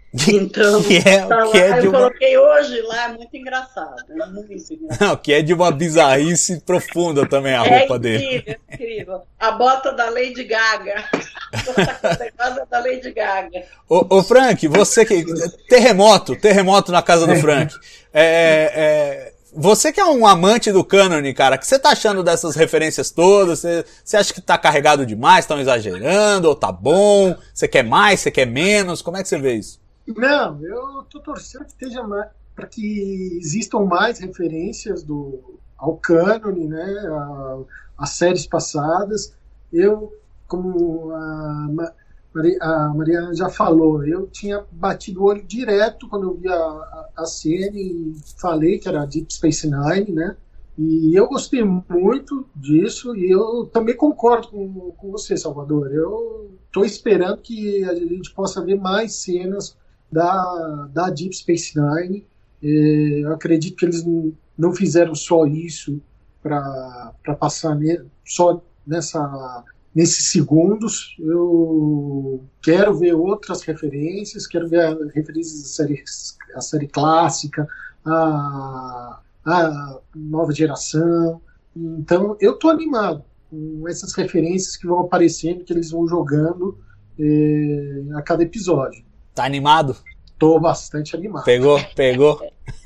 Então, que é, tá que lá, é de eu uma... coloquei hoje lá, é muito engraçado. É muito engraçado. Não, que é de uma bizarrice profunda também a É roupa incrível, dele. é incrível. A bota da Lady Gaga. A bota da Lady Gaga. Ô, ô Frank, você que... Terremoto, terremoto na casa do Frank. É, é, você que é um amante do cânone, cara, o que você tá achando dessas referências todas? Você, você acha que tá carregado demais, estão exagerando, ou tá bom? Você quer mais, você quer menos? Como é que você vê isso? Não, eu tô torcendo que esteja mais, para que existam mais referências do, ao cânone, né, a, as séries passadas. Eu, como a, a Mariana já falou, eu tinha batido o olho direto quando eu vi a, a, a série e falei que era Deep Space Nine, né, e eu gostei muito disso e eu também concordo com, com você, Salvador. Eu tô esperando que a gente possa ver mais cenas Da, da Deep Space Nine. É, eu acredito que eles não fizeram só isso para passar ne, só nessa, nesses segundos. Eu quero ver outras referências, quero ver referências à série, à série clássica, à, à nova geração. Então eu estou animado com essas referências que vão aparecendo, que eles vão jogando é, a cada episódio. Tá animado? Tô bastante animado. Pegou, pegou.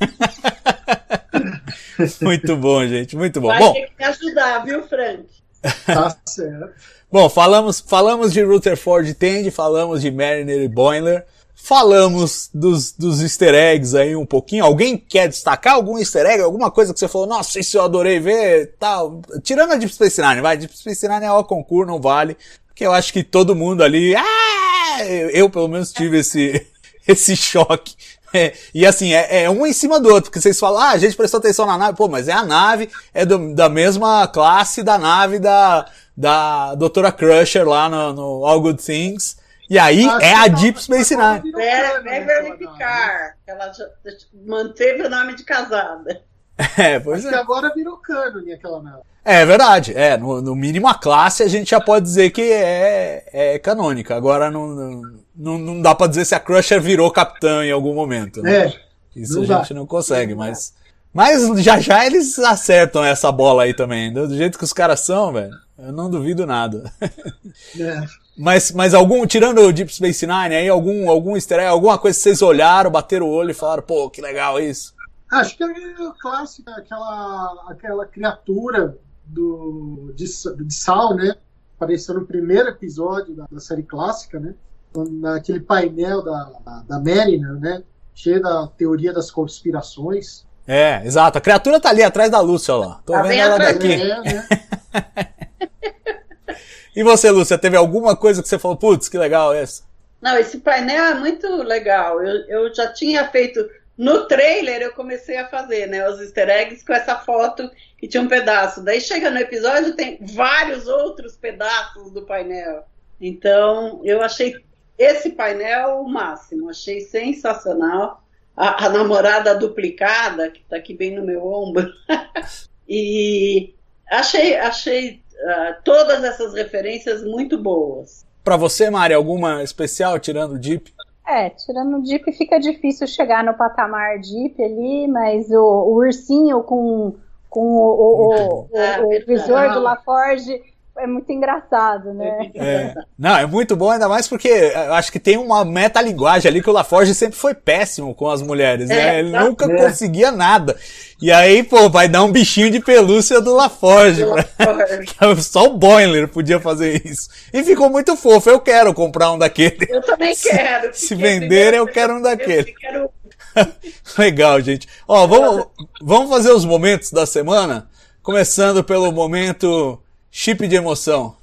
Muito bom, gente, muito bom. Vai bom, ter que me ajudar, viu, Frank? Tá certo. Bom, falamos, falamos de Rutherford Tandy, falamos de Mariner e Boimler, falamos dos, dos easter eggs aí um pouquinho. Alguém quer destacar algum easter egg, alguma coisa que você falou, nossa, isso eu adorei ver, tal. Tirando a Deep Space Nine, vai, Deep Space Nine é o concurso, não vale, porque eu acho que todo mundo ali, ah, eu, eu pelo menos tive esse... esse choque. É, e assim, é, é um em cima do outro, porque vocês falam, ah, a gente prestou atenção na nave, pô, mas é a nave, é do, da mesma classe da nave da, da doutora Crusher lá no, no All Good Things, e aí Acho é a que Deep Space Nine. É, é verificar. Ela já manteve o nome de casada. É, pois Acho é. que agora virou cânone aquela nave. É verdade, é, no, no mínimo a classe a gente já pode dizer que é, é canônica, agora não, não, não dá pra dizer se a Crusher virou capitã em algum momento, né? É. Isso a gente não consegue, mas, mas já já eles acertam essa bola aí também, do jeito que os caras são, velho, eu não duvido nada. É. Mas, mas algum, tirando o Deep Space Nine aí, algum, algum easter egg, alguma coisa que vocês olharam, bateram o olho e falaram, pô, que legal isso. Acho que é clássica, aquela, aquela criatura do, de, de Sal, né? Apareceu no primeiro episódio da, da série clássica, né? Naquele painel da, da, da Mariner, né? Cheio da teoria das conspirações. É, exato. A criatura tá ali atrás da Lúcia, ó lá. Tô Tá vendo bem ela atrás daqui. É, né? E você, Lúcia, teve alguma coisa que você falou, putz, que legal essa? Não, esse painel é muito legal. Eu, eu já tinha feito... No trailer eu comecei a fazer, né, os easter eggs com essa foto que tinha um pedaço. Daí chega no episódio tem vários outros pedaços do painel. Então eu achei esse painel o máximo. Achei sensacional. A, a namorada duplicada, que está aqui bem no meu ombro. E achei, achei uh, todas essas referências muito boas. Pra você, Mari, alguma especial tirando o Deep? É, tirando o Deep fica difícil chegar no patamar Deep ali, mas o, o ursinho com, com o, o, o, Ah, o, o verdade. visor do LaForge é muito engraçado, né? É. Não, é muito bom, ainda mais porque eu acho que tem uma metalinguagem ali que o LaForge sempre foi péssimo com as mulheres, né? É, Ele tá. nunca É. conseguia nada. E aí, pô, vai dar um bichinho de pelúcia do LaForge. Pra... Só o Boimler podia fazer isso. E ficou muito fofo. Eu quero comprar um daquele. Eu também quero. Se vender, eu quero um daquele. Eu quero... Legal, gente. Ó, vamos, vamos fazer os momentos da semana, começando pelo momento chip de emoção.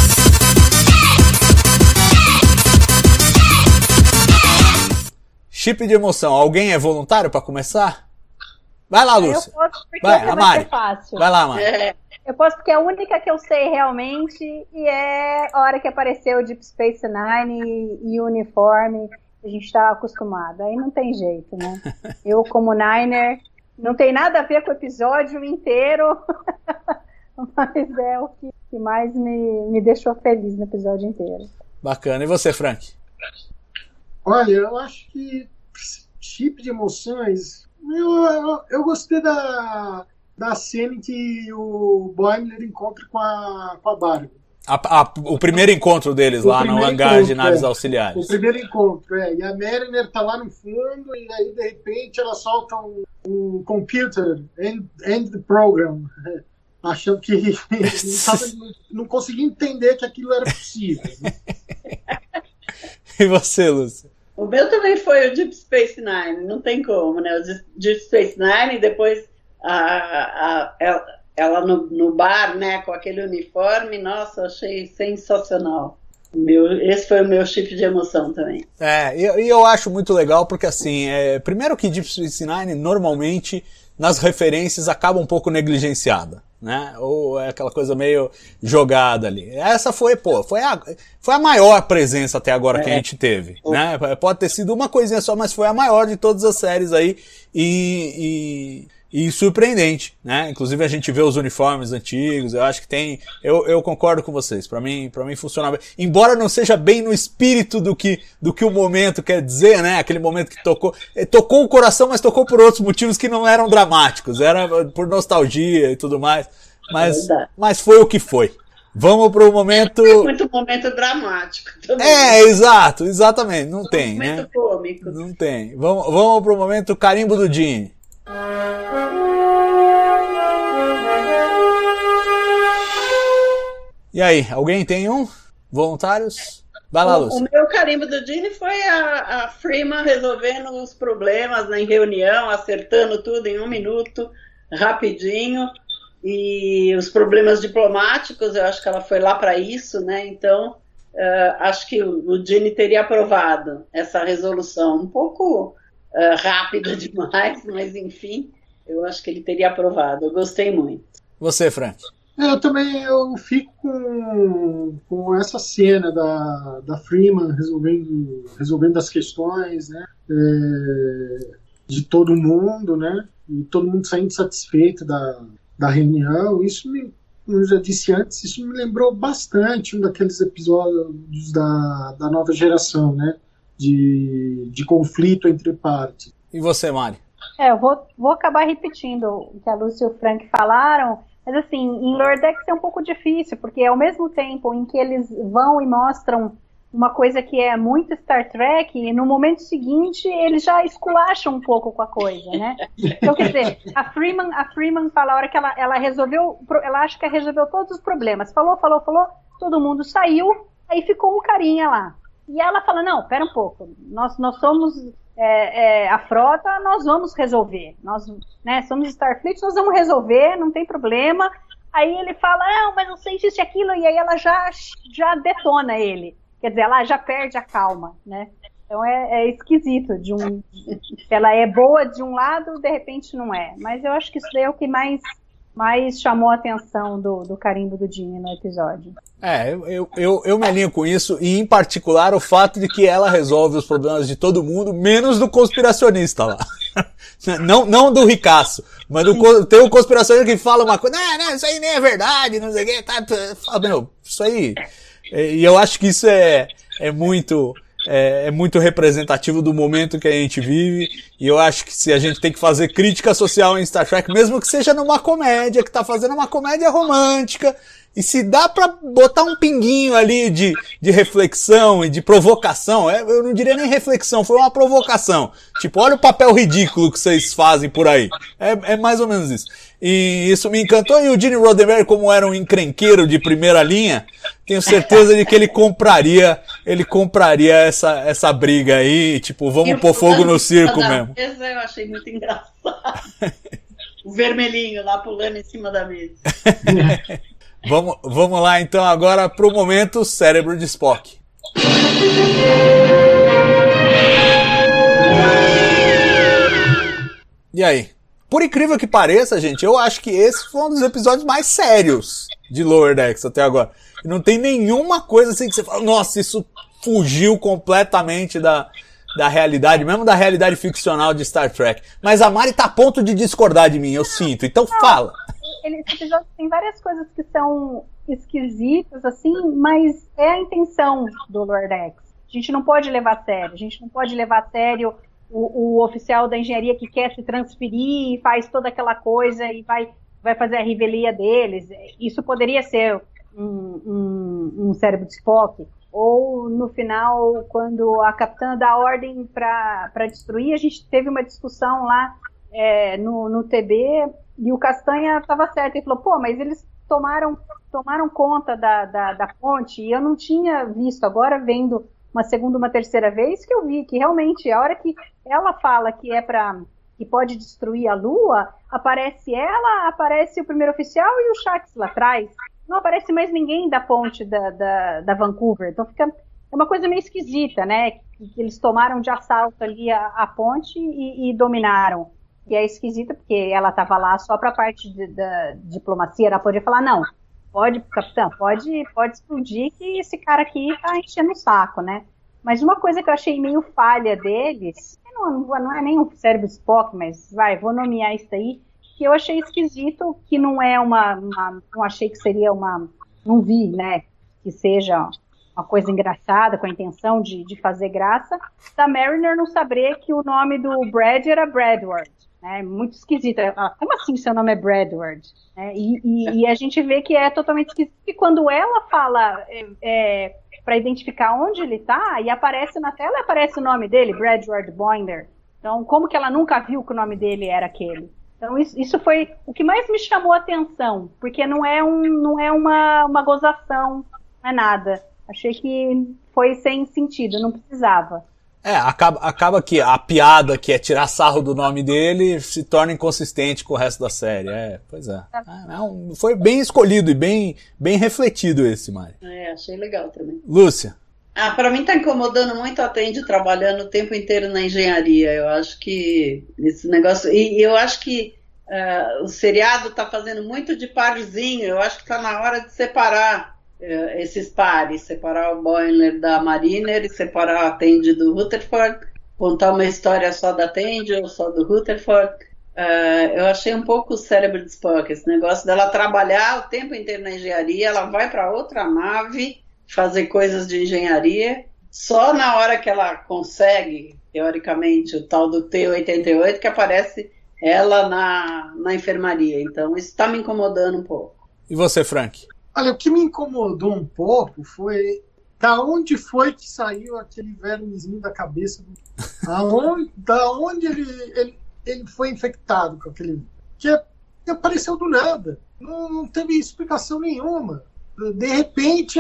Chip de emoção. Alguém é voluntário para começar? Vai lá, Lúcia. Eu posso porque Vai, vai a Mari. ser fácil. Vai lá, Mari. É, Eu posso porque é a única que eu sei realmente e é a hora que apareceu o Deep Space Nine e, e o uniforme. A gente está acostumado. Aí não tem jeito, né? Eu, como Niner, não tem nada a ver com o episódio inteiro, mas é o que, que mais me, me deixou feliz no episódio inteiro. Bacana. E você, Frank? Olha, eu acho que chip de emoções, eu, eu, eu gostei da, da cena em que o Boimler encontra com a, com a Barbie. A, a, o primeiro encontro deles O lá no hangar encontro, de naves é. auxiliares. O primeiro encontro, é. E a Mariner tá lá no fundo, e aí de repente ela solta um, um computer, end, end the program, achando que não, tava, não conseguia entender que aquilo era possível. Né? E você, Lúcia? O meu também foi o Deep Space Nine, não tem como, né? O Deep Space Nine, e depois a, a, ela, ela no, no bar, né, com aquele uniforme, nossa, achei sensacional. Meu, esse foi o meu chip de emoção também. É, e eu, eu acho muito legal porque, assim, é, primeiro que Deep Space Nine, normalmente, nas referências, acaba um pouco negligenciada, né? Ou é aquela coisa meio jogada ali. Essa foi, pô, foi a, foi a maior presença até agora é. que a gente teve, é. né? Pode ter sido uma coisinha só, mas foi a maior de todas as séries aí e... e... E surpreendente, né? Inclusive a gente vê os uniformes antigos, eu acho que tem... Eu, eu concordo com vocês, pra mim, pra mim funcionava. Embora não seja bem no espírito do que, do que o momento quer dizer, né? Aquele momento que tocou... Tocou o coração, mas tocou por outros motivos que não eram dramáticos. Era por nostalgia e tudo mais. Mas, é mas foi o que foi. Vamos pro momento... É muito momento dramático também. É, exato, exatamente. Não tem, momento né? cômico. Não tem. Vamos, vamos pro momento carimbo do Gene. E aí, alguém tem um? Voluntários? Vai lá, Lúcia. O, o meu carimbo do Gene foi a, a Freeman resolvendo os problemas na reunião, acertando tudo em um minuto, rapidinho. E os problemas diplomáticos, eu acho que ela foi lá para isso, né? Então, uh, acho que o, o Gene teria aprovado essa resolução. Um pouco uh, rápida demais, mas enfim, eu acho que ele teria aprovado. Eu gostei muito. Você, Frank? Eu também eu fico com, com essa cena da, da Freeman resolvendo, resolvendo as questões, né, é, de todo mundo, né, e todo mundo saindo satisfeito da, da reunião. Isso, me, como eu já disse antes, isso me lembrou bastante um daqueles episódios da, da nova geração, né, de, de conflito entre partes. E você, Mari? É, eu vou, vou acabar repetindo o que a Lúcia e o Frank falaram. Mas assim, em Lower Decks é um pouco difícil, porque ao mesmo tempo em que eles vão e mostram uma coisa que é muito Star Trek, e no momento seguinte eles já esculacham um pouco com a coisa, né? Então, quer dizer, a Freeman, a Freeman fala, a hora que ela, ela resolveu, ela acha que resolveu todos os problemas. Falou, falou, falou, todo mundo saiu, aí ficou um carinha lá. E ela fala, não, pera um pouco, nós, nós somos... É, é, a frota, nós vamos resolver. Nós, né, somos Starfleet, nós vamos resolver, não tem problema. Aí ele fala, não, mas não sei isso e aquilo, e aí ela já, já detona ele. Quer dizer, ela já perde a calma, né? Então é, é esquisito. De um, ela é boa de um lado, de repente não é. Mas eu acho que isso daí é o que mais, mais chamou a atenção do, do carimbo do Gene no episódio. É, eu, eu, eu me alinho com isso, e em particular o fato de que ela resolve os problemas de todo mundo, menos do conspiracionista lá. Não, não do ricaço, mas do, tem um conspiracionista que fala uma coisa, não, não, isso aí nem é verdade, não sei o que, tá, tá, meu, isso aí. E eu acho que isso é, é muito... É, é muito representativo do momento que a gente vive, e eu acho que se a gente tem que fazer crítica social em Star Trek, mesmo que seja numa comédia, que tá fazendo uma comédia romântica, e se dá pra botar um pinguinho ali de, de reflexão e de provocação, é, eu não diria nem reflexão, foi uma provocação. Tipo, olha o papel ridículo que vocês fazem por aí. É, é mais ou menos isso. E isso me encantou, e o Gene Roddenberry, como era um encrenqueiro de primeira linha, tenho certeza de que ele compraria, ele compraria essa, essa briga aí, tipo, vamos pôr fogo no circo mesmo. Essa eu achei muito engraçado. O vermelhinho lá pulando em cima da mesa. Vamos, vamos lá então agora pro momento cérebro de Spock. E aí? Por incrível que pareça, gente, eu acho que esse foi um dos episódios mais sérios de Lower Decks até agora. E não tem nenhuma coisa assim que você fala, nossa, isso fugiu completamente da, da realidade, mesmo da realidade ficcional de Star Trek. Mas a Mari tá a ponto de discordar de mim, eu sinto. Então fala. Esse episódio tem várias coisas que são esquisitas, assim, mas é a intenção do Lower Decks. A gente não pode levar a sério, a gente não pode levar a sério o, o oficial da engenharia que quer se transferir e faz toda aquela coisa e vai, vai fazer a revelia deles. Isso poderia ser um, um, um cérebro de Spock. Ou no final, quando a capitã dá ordem para destruir, a gente teve uma discussão lá é, no, no T B e o Castanha estava certo. Ele falou, pô, mas eles tomaram, tomaram conta da, da, da ponte e eu não tinha visto. Agora, vendo uma segunda, uma terceira vez, que eu vi que realmente a hora que ela fala que é para que pode destruir a Lua, aparece ela, aparece o primeiro oficial e o Shax lá atrás. Não aparece mais ninguém da ponte da, da, da Vancouver. Então fica é uma coisa meio esquisita, né? Que, que eles tomaram de assalto ali a, a ponte e, e dominaram. E é esquisita porque ela estava lá só para a parte de, da diplomacia. Ela podia falar, não, pode, capitão, pode, pode explodir que esse cara aqui tá enchendo o saco, né? Mas uma coisa que eu achei meio falha deles, não, não é nem um cérebro Spock, mas vai, vou nomear isso aí, que eu achei esquisito, que não é uma, uma, não achei que seria uma, não vi, né, que seja uma coisa engraçada, com a intenção de, de fazer graça, da Mariner não saber que o nome do Brad era Bradward, né, muito esquisito, ela, como assim seu nome é Bradward? É, e, e, e a gente vê que é totalmente esquisito, e quando ela fala é, é, para identificar onde ele está, e aparece na tela, aparece o nome dele, Bradward Boinder, então como que ela nunca viu que o nome dele era aquele? Então isso, isso foi o que mais me chamou a atenção, porque não é, um, não é uma, uma gozação, não é nada. Achei que foi sem sentido, não precisava. É, acaba, acaba que a piada que é tirar sarro do nome dele se torna inconsistente com o resto da série. É, pois é. é, é um, foi bem escolhido e bem, bem refletido esse, Mari. É, achei legal também. Lúcia. Ah, para mim tá incomodando muito a Tandy trabalhando o tempo inteiro na engenharia. Eu acho que esse negócio... E, e eu acho que uh, o seriado tá fazendo muito de parzinho. Eu acho que tá na hora de separar uh, esses pares. Separar o Boimler da Mariner e separar a Tandy do Rutherford. Contar uma história só da Tandy ou só do Rutherford. Uh, eu achei um pouco o cérebro de Spock. Esse negócio dela trabalhar o tempo inteiro na engenharia. Ela vai para outra nave... fazer coisas de engenharia, só na hora que ela consegue, teoricamente, o tal do T oitenta e oito, que aparece ela na, na enfermaria. Então, isso está me incomodando um pouco. E você, Frank? Olha, o que me incomodou um pouco foi da onde foi que saiu aquele vermezinho da cabeça do... Aonde, da onde ele, ele, ele foi infectado com aquele... Que apareceu do nada. Não, não teve explicação nenhuma. De repente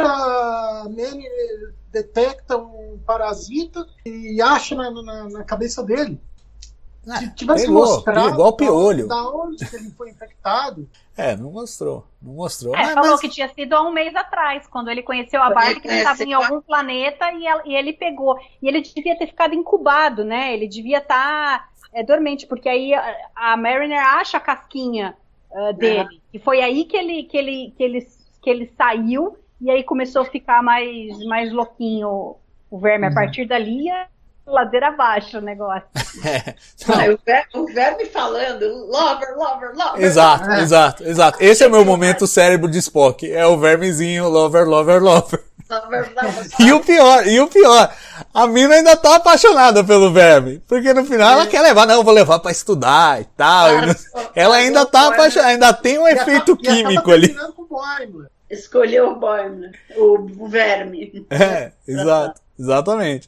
a Manny detecta um parasita e acha na, na, na cabeça dele. Ah, Se tivesse pegou, mostrado igual o piolho. Da onde que ele foi infectado. É, não mostrou. Não mostrou. É, mas, falou mas... que tinha sido há um mês atrás, quando ele conheceu a Barbie, que ele estava em algum planeta e, ela, e ele pegou. E ele devia ter ficado incubado, né? Ele devia estar tá, é, dormente, porque aí a, a Mariner acha a casquinha uh, dele. Uhum. E foi aí que ele, que ele, que ele que ele saiu, e aí começou a ficar mais, mais louquinho o verme. Uhum. A partir dali, é ladeira abaixo o negócio. É, ah, o, verme, o verme falando, lover, lover, lover. Exato, é. exato, exato. Esse é o meu momento cérebro de Spock. É o vermezinho, lover, lover, lover. lover, lover. E o pior, e o pior, a mina ainda tá apaixonada pelo verme, porque no final é. ela quer levar, não, eu vou levar pra estudar e tal. Claro, e ela ainda tá apaixonada, ainda tem um efeito tá, químico tá ali. Escolheu o Boimler, o, o verme. É, exato, exatamente.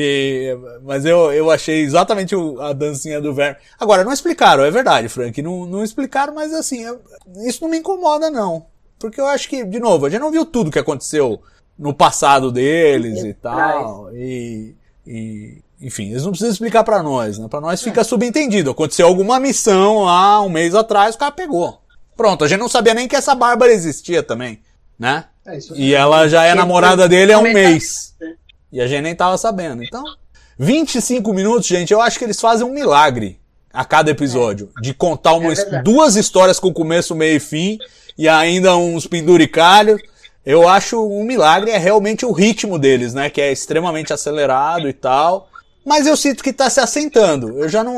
E, mas eu, eu achei exatamente o, a dancinha do verme. Agora, não explicaram, é verdade, Frank, não, não explicaram, mas assim, eu, isso não me incomoda não. Porque eu acho que, de novo, a gente não viu tudo que aconteceu no passado deles e tal, e, e, enfim, eles não precisam explicar pra nós, né? Pra nós fica subentendido. Aconteceu alguma missão lá um mês atrás, o cara pegou. Pronto, a gente não sabia nem que essa Bárbara existia também, né? É, isso e ela já é namorada dele há um mês. E a gente nem tava sabendo. Então, vinte e cinco minutos, gente, eu acho que eles fazem um milagre a cada episódio. É. De contar uma, é duas histórias com começo, meio e fim, e ainda uns penduricalhos. Eu acho um milagre, é realmente o ritmo deles, né? Que é extremamente acelerado e tal. Mas eu sinto que tá se assentando. Eu já não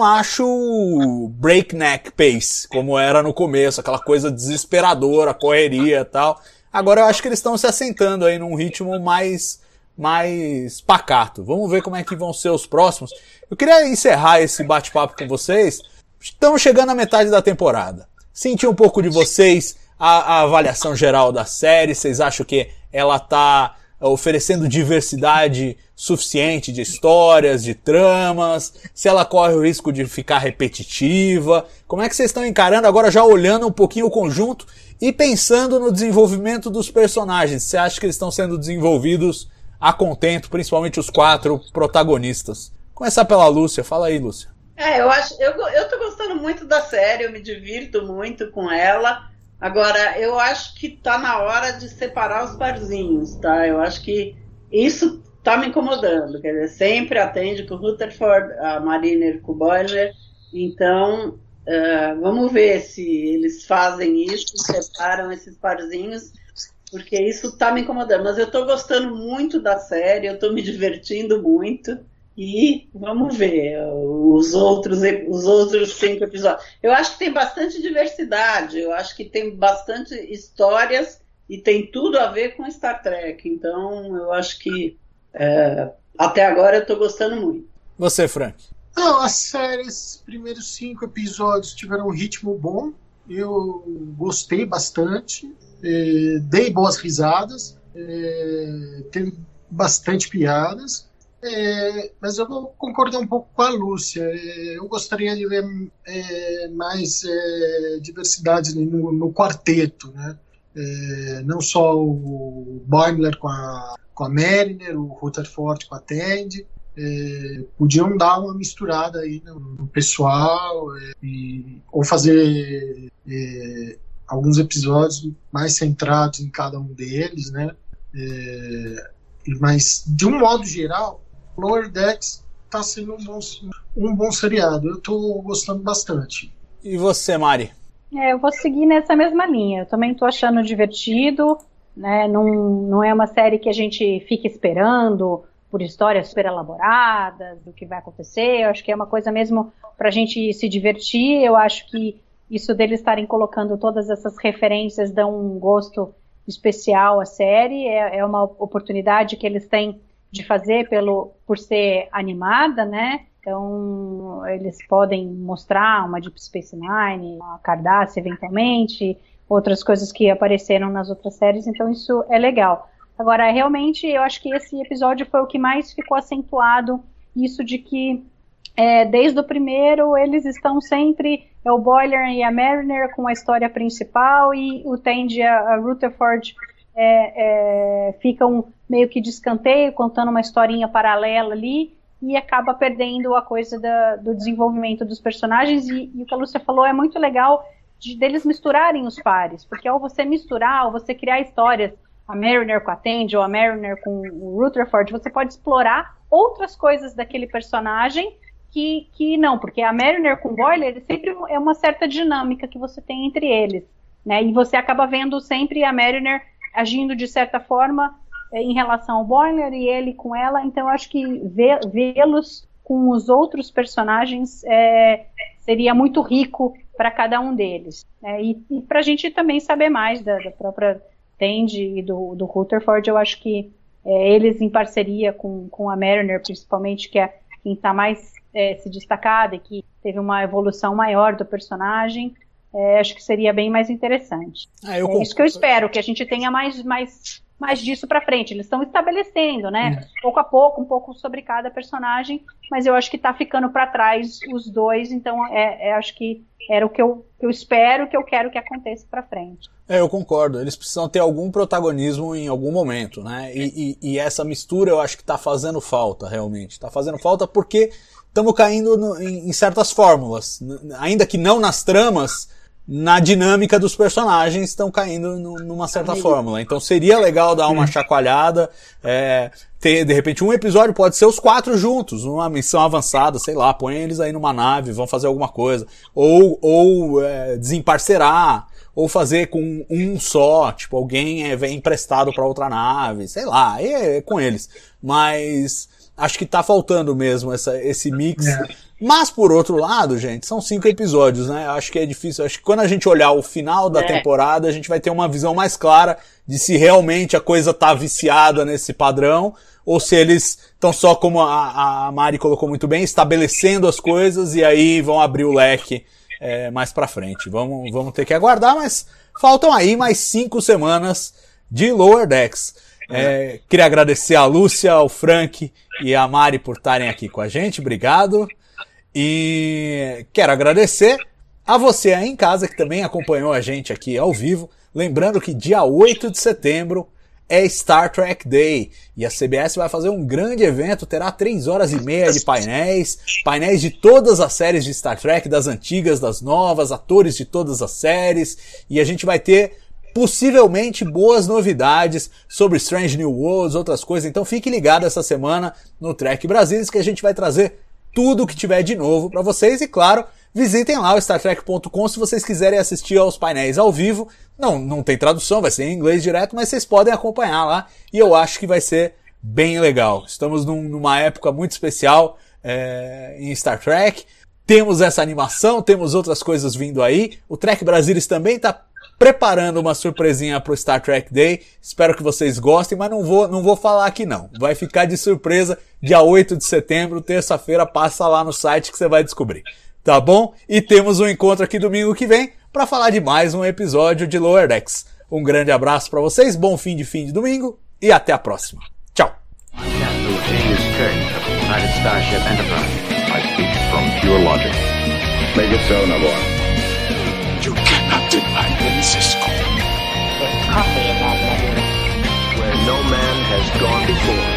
acho breakneck pace, como era no começo, aquela coisa desesperadora, correria e tal. Agora eu acho que eles estão se assentando aí num ritmo mais, mais pacato. Vamos ver como é que vão ser os próximos. Eu queria encerrar esse bate-papo com vocês. Estamos chegando à metade da temporada. Senti um pouco de vocês a, a avaliação geral da série. Vocês acham que ela está oferecendo diversidade suficiente de histórias, de tramas? Se ela corre o risco de ficar repetitiva? Como é que vocês estão encarando agora, já olhando um pouquinho o conjunto e pensando no desenvolvimento dos personagens? Você acha que eles estão sendo desenvolvidos a contento, principalmente os quatro protagonistas? Começar pela Lúcia. Fala aí, Lúcia. É, eu acho, eu, eu tô gostando muito da série, eu me divirto muito com ela. Agora, eu acho que tá na hora de separar os parzinhos, tá? Eu acho que isso tá me incomodando, quer dizer, sempre atende com o Rutherford, a Mariner com o Boiler, então uh, vamos ver se eles fazem isso, separam esses parzinhos, porque isso tá me incomodando. Mas eu tô gostando muito da série, eu tô me divertindo muito. E vamos ver os outros, os outros cinco episódios. Eu acho que tem bastante diversidade, eu acho que tem bastante histórias e tem tudo a ver com Star Trek. Então, eu acho que é, até agora eu estou gostando muito. Você, Frank? Não, a série, esses primeiros cinco episódios tiveram um ritmo bom. Eu gostei bastante, é, dei boas risadas, é, teve bastante piadas. É, mas eu vou concordar um pouco com a Lúcia. É, eu gostaria de ver é, mais é, diversidade no, no quarteto, né? É, não só o Boimler com a, com a Mariner, o Rutherford com a Tandy. É, podiam dar uma misturada aí no, no pessoal, é, e, ou fazer é, alguns episódios mais centrados em cada um deles, né? É, mas, de um modo geral, Lower Decks está sendo um bom, um bom seriado. Eu estou gostando bastante. E você, Mari? É, eu vou seguir nessa mesma linha. Eu também estou achando divertido, né? Não, não é uma série que a gente fica esperando por histórias super elaboradas do que vai acontecer. Eu acho que é uma coisa mesmo para a gente se divertir. Eu acho que isso deles estarem colocando todas essas referências dão um gosto especial à série. É, é uma oportunidade que eles têm de fazer pelo, por ser animada, né? Então, eles podem mostrar uma Deep Space Nine, uma Cardassian eventualmente, outras coisas que apareceram nas outras séries, então isso é legal. Agora, realmente, eu acho que esse episódio foi o que mais ficou acentuado, isso de que, é, desde o primeiro, eles estão sempre, é o Boiler e a Mariner com a história principal, e o Tandy e a Rutherford É, é, ficam meio que de escanteio, contando uma historinha paralela ali, e acaba perdendo a coisa da, do desenvolvimento dos personagens, e, e o que a Lúcia falou é muito legal de, deles misturarem os pares, porque ao você misturar, ao você criar histórias, a Mariner com a Tandy, ou a Mariner com o Rutherford, você pode explorar outras coisas daquele personagem que, que não, porque a Mariner com o Boiler sempre é uma certa dinâmica que você tem entre eles, né, e você acaba vendo sempre a Mariner agindo de certa forma é, em relação ao Boiler e ele com ela, então eu acho que vê, vê-los com os outros personagens é, seria muito rico para cada um deles. É, e e para a gente também saber mais da, da própria Tandy e do, do Rutherford, eu acho que é, eles em parceria com, com a Mariner, principalmente, que é quem está mais é, se destacada e que teve uma evolução maior do personagem, É, acho que seria bem mais interessante. Ah, eu é isso que eu espero, que a gente tenha mais, mais, mais disso pra frente. Eles estão estabelecendo, né? É. Pouco a pouco, um pouco sobre cada personagem, mas eu acho que tá ficando pra trás os dois, então é, é, acho que era o que eu, que eu espero, que eu quero que aconteça pra frente. É, eu concordo. Eles precisam ter algum protagonismo em algum momento, né? E, e, e essa mistura eu acho que tá fazendo falta, realmente. Tá fazendo falta porque estamos caindo no, em, em certas fórmulas. Ainda que não nas tramas, na dinâmica dos personagens estão caindo no, numa certa Amigo. fórmula. Então seria legal dar uma chacoalhada, é, ter, de repente, um episódio pode ser os quatro juntos, uma missão avançada, sei lá, põe eles aí numa nave, vão fazer alguma coisa. Ou, ou é, desemparcerar, ou fazer com um só, tipo, alguém é, vem emprestado para outra nave, sei lá, aí é, é com eles. Mas acho que tá faltando mesmo essa, esse mix. É. Mas, por outro lado, gente, são cinco episódios, né? Eu acho que é difícil. Eu acho que quando a gente olhar o final da é. temporada, a gente vai ter uma visão mais clara de se realmente a coisa tá viciada nesse padrão, ou se eles estão só, como a, a Mari colocou muito bem, estabelecendo as coisas e aí vão abrir o leque é, mais pra frente. Vamos, vamos ter que aguardar, mas faltam aí mais cinco semanas de Lower Decks. É, queria agradecer a Lúcia, ao Frank e a Mari por estarem aqui com a gente. Obrigado. E quero agradecer a você aí em casa que também acompanhou a gente aqui ao vivo. Lembrando que dia oito de setembro é Star Trek Day e a C B S vai fazer um grande evento, terá três horas e meia de painéis, painéis de todas as séries de Star Trek, das antigas, das novas, atores de todas as séries, e a gente vai ter possivelmente boas novidades sobre Strange New Worlds, outras coisas. Então fique ligado essa semana no Trek Brasilis que a gente vai trazer tudo o que tiver de novo para vocês. E claro, visitem lá o Star Trek ponto com se vocês quiserem assistir aos painéis ao vivo. Não, não tem tradução, vai ser em inglês direto, mas vocês podem acompanhar lá e eu acho que vai ser bem legal. Estamos num, numa época muito especial é, em Star Trek. Temos essa animação, temos outras coisas vindo aí. O Trek Brasilis também está preparando uma surpresinha pro Star Trek Day. Espero que vocês gostem, mas não vou, não vou falar aqui não. Vai ficar de surpresa dia oito de setembro, terça-feira, passa lá no site que você vai descobrir. Tá bom? E temos um encontro aqui domingo que vem para falar de mais um episódio de Lower Decks. Um grande abraço para vocês, bom fim de fim de domingo e até a próxima. Tchau! You cannot deny me, Cisco. There's coffee in that letter. Where no man has gone before.